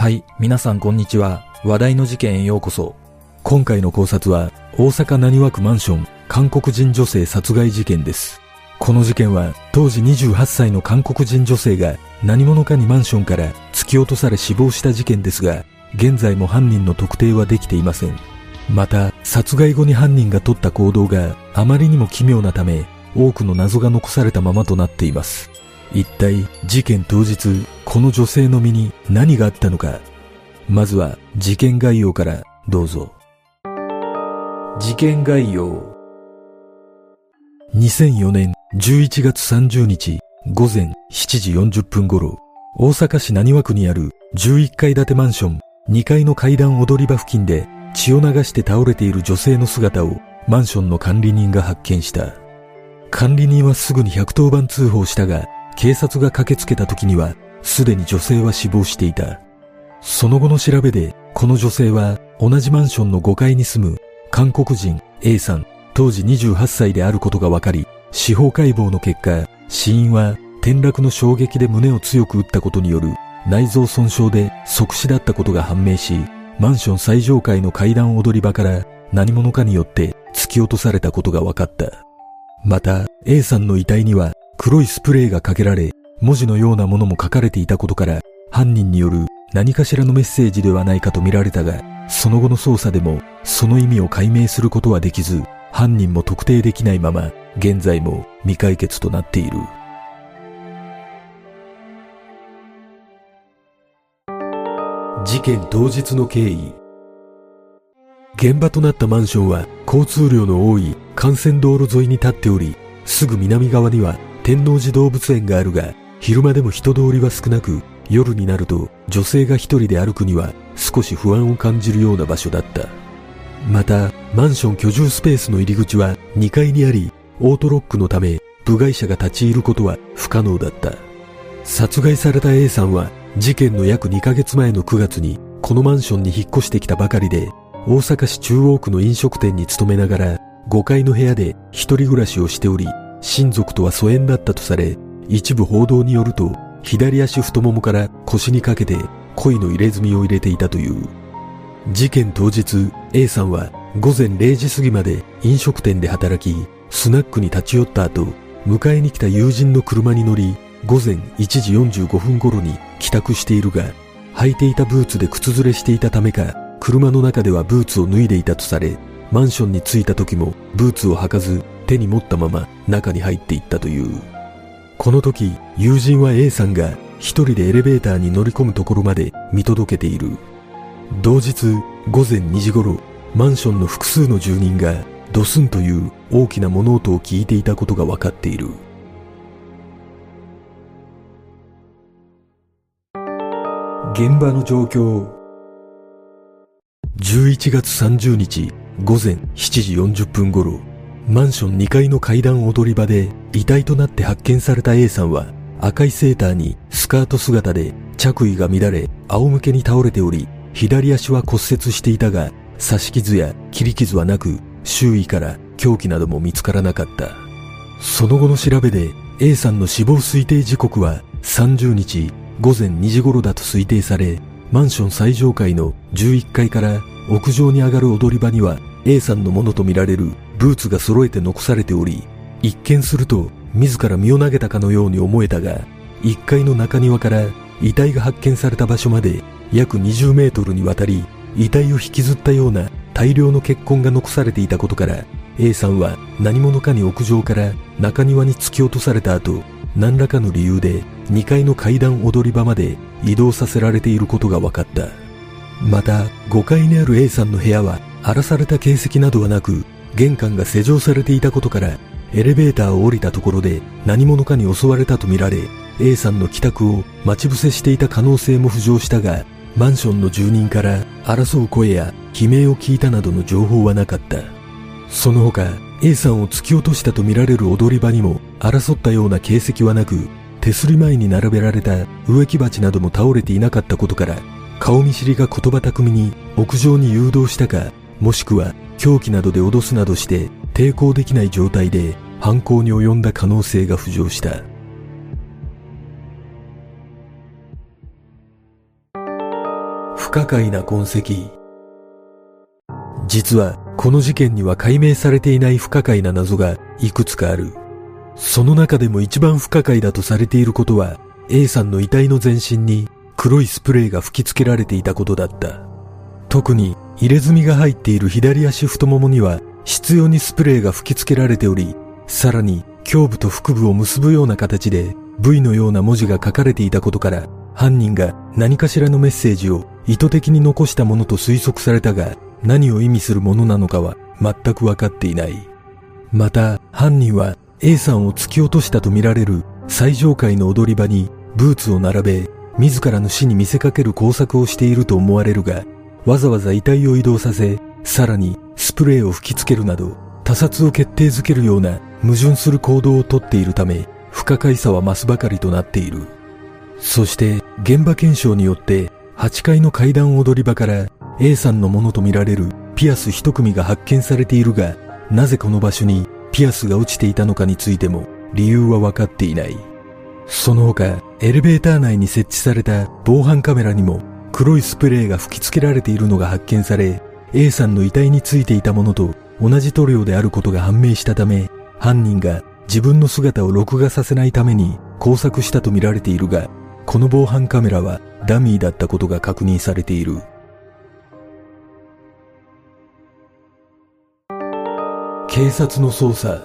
はい、皆さんこんにちは。話題の事件へようこそ。今回の考察は、大阪浪速区マンション、韓国人女性殺害事件です。この事件は、当時28歳の韓国人女性が何者かにマンションから突き落とされ死亡した事件ですが、現在も犯人の特定はできていません。また、殺害後に犯人が取った行動があまりにも奇妙なため、多くの謎が残されたままとなっています。一体、事件当日、この女性の身に何があったのか。まずは、事件概要からどうぞ。事件概要。2004年11月30日午前7時40分頃、大阪市浪速区にある11階建てマンション2階の階段踊り場付近で血を流して倒れている女性の姿をマンションの管理人が発見した。管理人はすぐに110番通報したが、警察が駆けつけた時にはすでに女性は死亡していた。その後の調べで、この女性は同じマンションの5階に住む韓国人 A さん、当時28歳であることが分かり、司法解剖の結果、死因は転落の衝撃で胸を強く打ったことによる内臓損傷で即死だったことが判明し、マンション最上階の階段踊り場から何者かによって突き落とされたことが分かった。また A さんの遺体には黒いスプレーがかけられ、文字のようなものも書かれていたことから、犯人による何かしらのメッセージではないかと見られたが、その後の捜査でもその意味を解明することはできず、犯人も特定できないまま現在も未解決となっている。事件当日の経緯。現場となったマンションは交通量の多い幹線道路沿いに立っており、すぐ南側には天王寺動物園があるが、昼間でも人通りは少なく、夜になると女性が一人で歩くには少し不安を感じるような場所だった。また、マンション居住スペースの入り口は2階にあり、オートロックのため部外者が立ち入ることは不可能だった。殺害された A さんは事件の約2ヶ月前の9月にこのマンションに引っ越してきたばかりで、大阪市中央区の飲食店に勤めながら5階の部屋で一人暮らしをしており、親族とは疎遠だったとされ、一部報道によると左足太ももから腰にかけて恋の入れ墨を入れていたという。事件当日、A さんは午前0時過ぎまで飲食店で働き、スナックに立ち寄った後、迎えに来た友人の車に乗り、午前1時45分頃に帰宅しているが、履いていたブーツで靴ずれしていたためか、車の中ではブーツを脱いでいたとされ、マンションに着いた時もブーツを履かず手に持ったまま中に入っていったという。この時、友人は A さんが一人でエレベーターに乗り込むところまで見届けている。同日午前2時頃、マンションの複数の住人がドスンという大きな物音を聞いていたことが分かっている。現場の状況。11月30日午前7時40分頃、マンション2階の階段踊り場で遺体となって発見された A さんは、赤いセーターにスカート姿で着衣が乱れ仰向けに倒れており、左足は骨折していたが刺し傷や切り傷はなく、周囲から凶器なども見つからなかった。その後の調べで A さんの死亡推定時刻は30日午前2時頃だと推定され、マンション最上階の11階から屋上に上がる踊り場には A さんのものとみられるブーツが揃えて残されており、一見すると自ら身を投げたかのように思えたが、1階の中庭から遺体が発見された場所まで約20メートルにわたり、遺体を引きずったような大量の血痕が残されていたことから、 A さんは何者かに屋上から中庭に突き落とされた後、何らかの理由で2階の階段踊り場まで移動させられていることが分かった。また5階にある A さんの部屋は荒らされた形跡などはなく、玄関が施錠されていたことから、エレベーターを降りたところで何者かに襲われたとみられ、 A さんの帰宅を待ち伏せしていた可能性も浮上したが、マンションの住人から争う声や悲鳴を聞いたなどの情報はなかった。その他 A さんを突き落としたとみられる踊り場にも争ったような形跡はなく、手すり前に並べられた植木鉢なども倒れていなかったことから、顔見知りが言葉巧みに屋上に誘導したか、もしくは凶器などで脅すなどして抵抗できない状態で犯行に及んだ可能性が浮上した。 可解な痕跡。実はこの事件には解明されていない不可解な謎がいくつかある。その中でも一番不可解だとされていることは、A さんの遺体の全身に黒いスプレーが吹き付けられていたことだった。特に入れ墨が入っている左足太ももには執拗にスプレーが吹き付けられており、さらに胸部と腹部を結ぶような形で V のような文字が書かれていたことから、犯人が何かしらのメッセージを意図的に残したものと推測されたが、何を意味するものなのかは全く分かっていない。また犯人は A さんを突き落としたとみられる最上階の踊り場にブーツを並べ、自らの死に見せかける工作をしていると思われるが、わざわざ遺体を移動させ、さらにスプレーを吹きつけるなど他殺を決定づけるような矛盾する行動をとっているため、不可解さは増すばかりとなっている。そして現場検証によって8階の階段踊り場から A さんのものとみられるピアス一組が発見されているが、なぜこの場所にピアスが落ちていたのかについても理由は分かっていない。その他エレベーター内に設置された防犯カメラにも黒いスプレーが吹き付けられているのが発見され、 A さんの遺体についていたものと同じ塗料であることが判明したため、犯人が自分の姿を録画させないために工作したとみられているが、この防犯カメラはダミーだったことが確認されている。警察の捜査。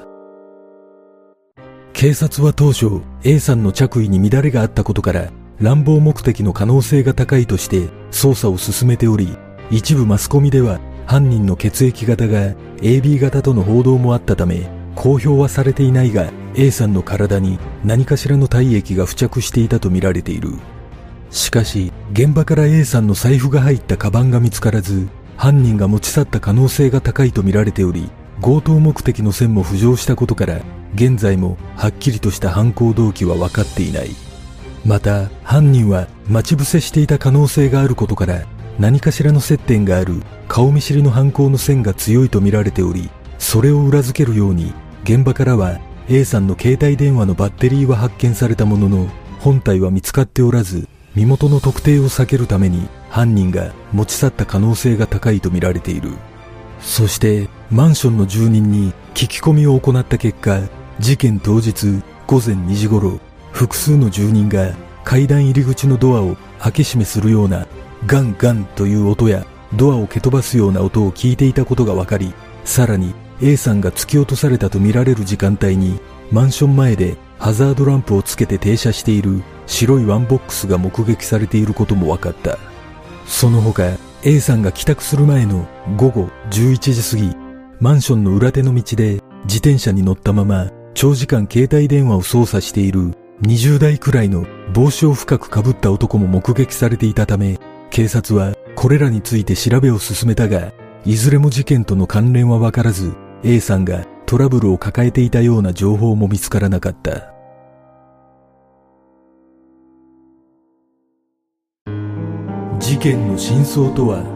警察は当初 A さんの着衣に乱れがあったことから乱暴目的の可能性が高いとして捜査を進めており、一部マスコミでは犯人の血液型が AB 型との報道もあったため公表はされていないが、 A さんの体に何かしらの体液が付着していたとみられている。しかし現場から A さんの財布が入ったカバンが見つからず、犯人が持ち去った可能性が高いとみられており、強盗目的の線も浮上したことから現在もはっきりとした犯行動機は分かっていない。また犯人は待ち伏せしていた可能性があることから何かしらの接点がある顔見知りの犯行の線が強いとみられており、それを裏付けるように現場からは A さんの携帯電話のバッテリーは発見されたものの本体は見つかっておらず、身元の特定を避けるために犯人が持ち去った可能性が高いとみられている。そしてマンションの住人に聞き込みを行った結果、事件当日午前2時頃、複数の住人が階段入り口のドアを開け閉めするようなガンガンという音やドアを蹴飛ばすような音を聞いていたことが分かり、さらに A さんが突き落とされたとみられる時間帯にマンション前でハザードランプをつけて停車している白いワンボックスが目撃されていることも分かった。その他 A さんが帰宅する前の午後11時過ぎ、マンションの裏手の道で自転車に乗ったまま長時間携帯電話を操作している20代くらいの帽子を深くかぶった男も目撃されていたため、警察はこれらについて調べを進めたが、いずれも事件との関連は分からず、 A さんがトラブルを抱えていたような情報も見つからなかった。事件の真相とは。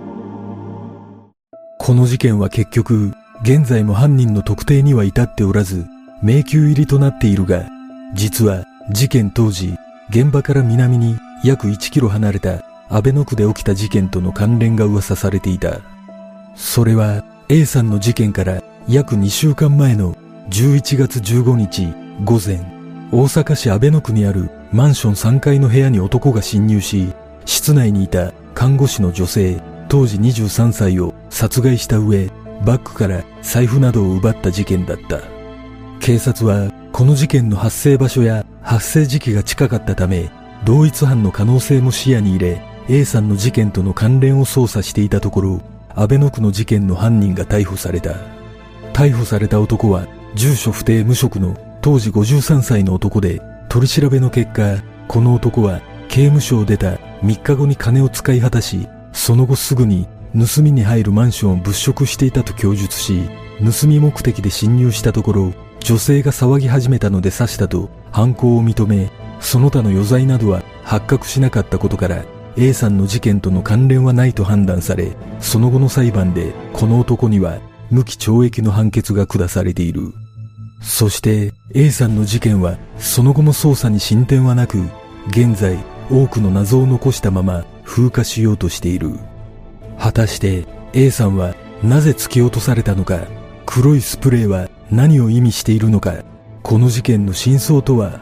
この事件は結局現在も犯人の特定には至っておらず迷宮入りとなっているが、実は事件当時現場から南に約1キロ離れた阿倍野区で起きた事件との関連が噂されていた。それは A さんの事件から約2週間前の11月15日午前、大阪市阿倍野区にあるマンション3階の部屋に男が侵入し、室内にいた看護師の女性当時23歳を殺害した上、バッグから財布などを奪った事件だった。警察はこの事件の発生場所や発生時期が近かったため、同一犯の可能性も視野に入れ A さんの事件との関連を捜査していたところ、阿倍野区の事件の犯人が逮捕された。逮捕された男は住所不定無職の当時53歳の男で、取り調べの結果、この男は刑務所を出た3日後に金を使い果たし、その後すぐに盗みに入るマンションを物色していたと供述し、盗み目的で侵入したところ女性が騒ぎ始めたので刺したと犯行を認め、その他の余罪などは発覚しなかったことから A さんの事件との関連はないと判断され、その後の裁判でこの男には無期懲役の判決が下されている。そして A さんの事件はその後も捜査に進展はなく、現在多くの謎を残したまま風化しようとしている。果たして A さんはなぜ突き落とされたのか、黒いスプレーは何を意味しているのか、この事件の真相とは。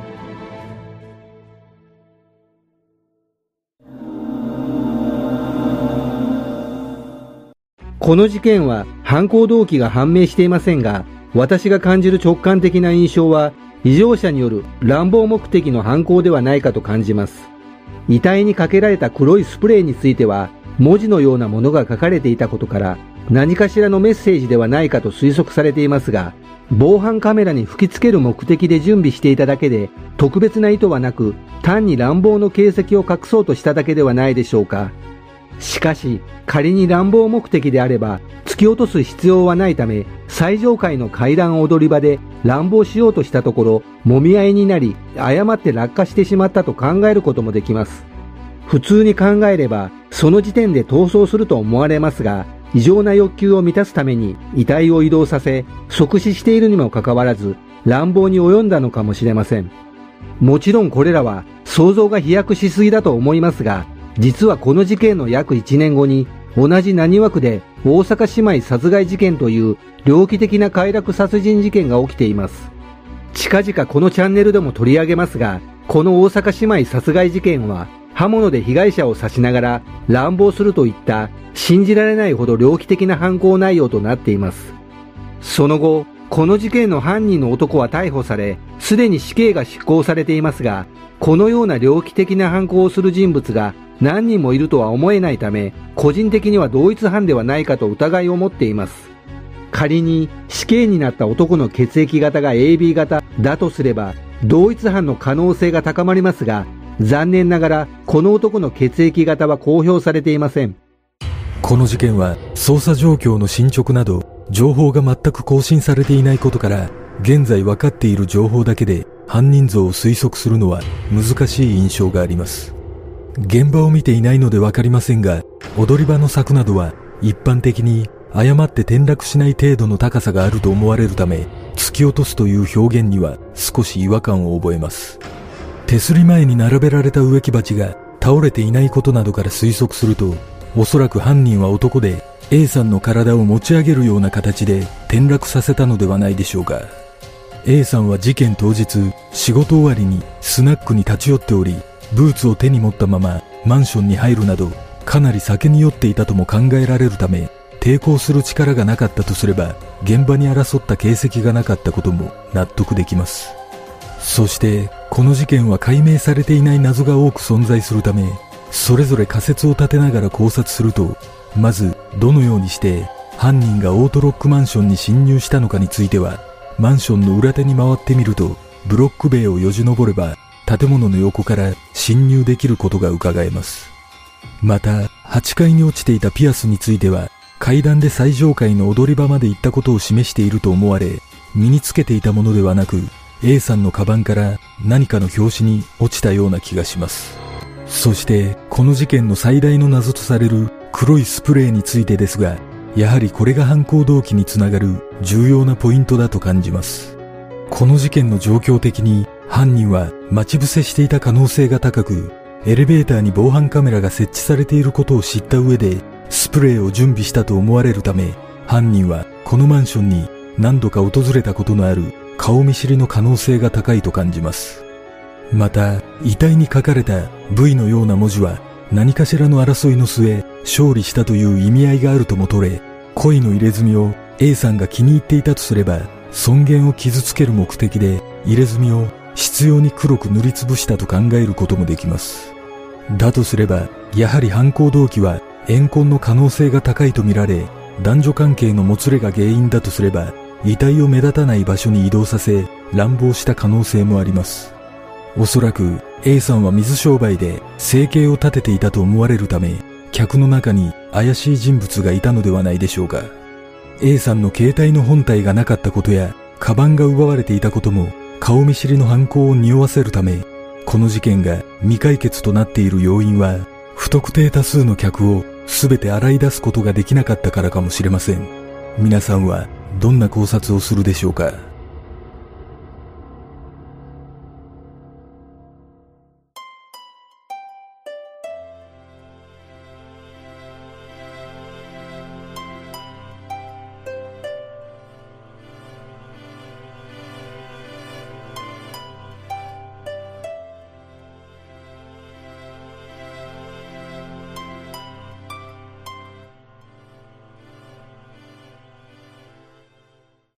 この事件は犯行動機が判明していませんが、私が感じる直感的な印象は、異常者による乱暴目的の犯行ではないかと感じます。遺体にかけられた黒いスプレーについては、文字のようなものが書かれていたことから、何かしらのメッセージではないかと推測されていますが、防犯カメラに吹き付ける目的で準備していただけで、特別な意図はなく、単に乱暴の形跡を隠そうとしただけではないでしょうか。しかし、仮に乱暴目的であれば、突き落とす必要はないため、最上階の階段踊り場で乱暴しようとしたところ、揉み合いになり、誤って落下してしまったと考えることもできます。普通に考えれば、その時点で逃走すると思われますが、異常な欲求を満たすために遺体を移動させ、即死しているにもかかわらず、乱暴に及んだのかもしれません。もちろんこれらは想像が飛躍しすぎだと思いますが、実はこの事件の約1年後に、同じ浪速区で大阪姉妹殺害事件という猟奇的な快楽殺人事件が起きています。近々このチャンネルでも取り上げますが、この大阪姉妹殺害事件は刃物で被害者を刺しながら乱暴するといった信じられないほど猟奇的な犯行内容となっています。その後、この事件の犯人の男は逮捕され、すでに死刑が執行されていますが、このような猟奇的な犯行をする人物が何人もいるとは思えないため、個人的には同一犯ではないかと疑いを持っています。仮に死刑になった男の血液型が AB 型だとすれば、同一犯の可能性が高まりますが、残念ながらこの男の血液型は公表されていません。 この事件は捜査状況の進捗など情報が全く更新されていないことから、現在分かっている情報だけで犯人像を推測するのは難しい印象があります。現場を見ていないので分かりませんが、踊り場の柵などは一般的に誤って転落しない程度の高さがあると思われるため、突き落とすという表現には少し違和感を覚えます。手すり前に並べられた植木鉢が倒れていないことなどから推測すると、おそらく犯人は男で A さんの体を持ち上げるような形で転落させたのではないでしょうか。A さんは事件当日、仕事終わりにスナックに立ち寄っており、ブーツを手に持ったままマンションに入るなど、かなり酒に酔っていたとも考えられるため、抵抗する力がなかったとすれば、現場に争った形跡がなかったことも納得できます。そして、この事件は解明されていない謎が多く存在するため、それぞれ仮説を立てながら考察すると、まず、どのようにして犯人がオートロックマンションに侵入したのかについては、マンションの裏手に回ってみると、ブロック塀をよじ登れば、建物の横から侵入できることが伺えます。また、8階に落ちていたピアスについては、階段で最上階の踊り場まで行ったことを示していると思われ、身につけていたものではなく、A さんのカバンから何かの拍子に落ちたような気がします。そして、この事件の最大の謎とされる黒いスプレーについてですが、やはりこれが犯行動機につながる重要なポイントだと感じます。この事件の状況的に、犯人は待ち伏せしていた可能性が高く、エレベーターに防犯カメラが設置されていることを知った上で、スプレーを準備したと思われるため、犯人はこのマンションに何度か訪れたことのある顔見知りの可能性が高いと感じます。また、遺体に書かれた V のような文字は、何かしらの争いの末、勝利したという意味合いがあるとも取れ、恋の入れ墨を A さんが気に入っていたとすれば、尊厳を傷つける目的で入れ墨を執拗に黒く塗りつぶしたと考えることもできます。だとすれば、やはり犯行動機は怨恨の可能性が高いとみられ、男女関係のもつれが原因だとすれば、遺体を目立たない場所に移動させ、乱暴した可能性もあります。おそらく A さんは水商売で生計を立てていたと思われるため、客の中に怪しい人物がいたのではないでしょうか。A さんの携帯の本体がなかったことや、カバンが奪われていたことも、顔見知りの犯行を匂わせるため、この事件が未解決となっている要因は、不特定多数の客を全て洗い出すことができなかったからかもしれません。皆さんはどんな考察をするでしょうか。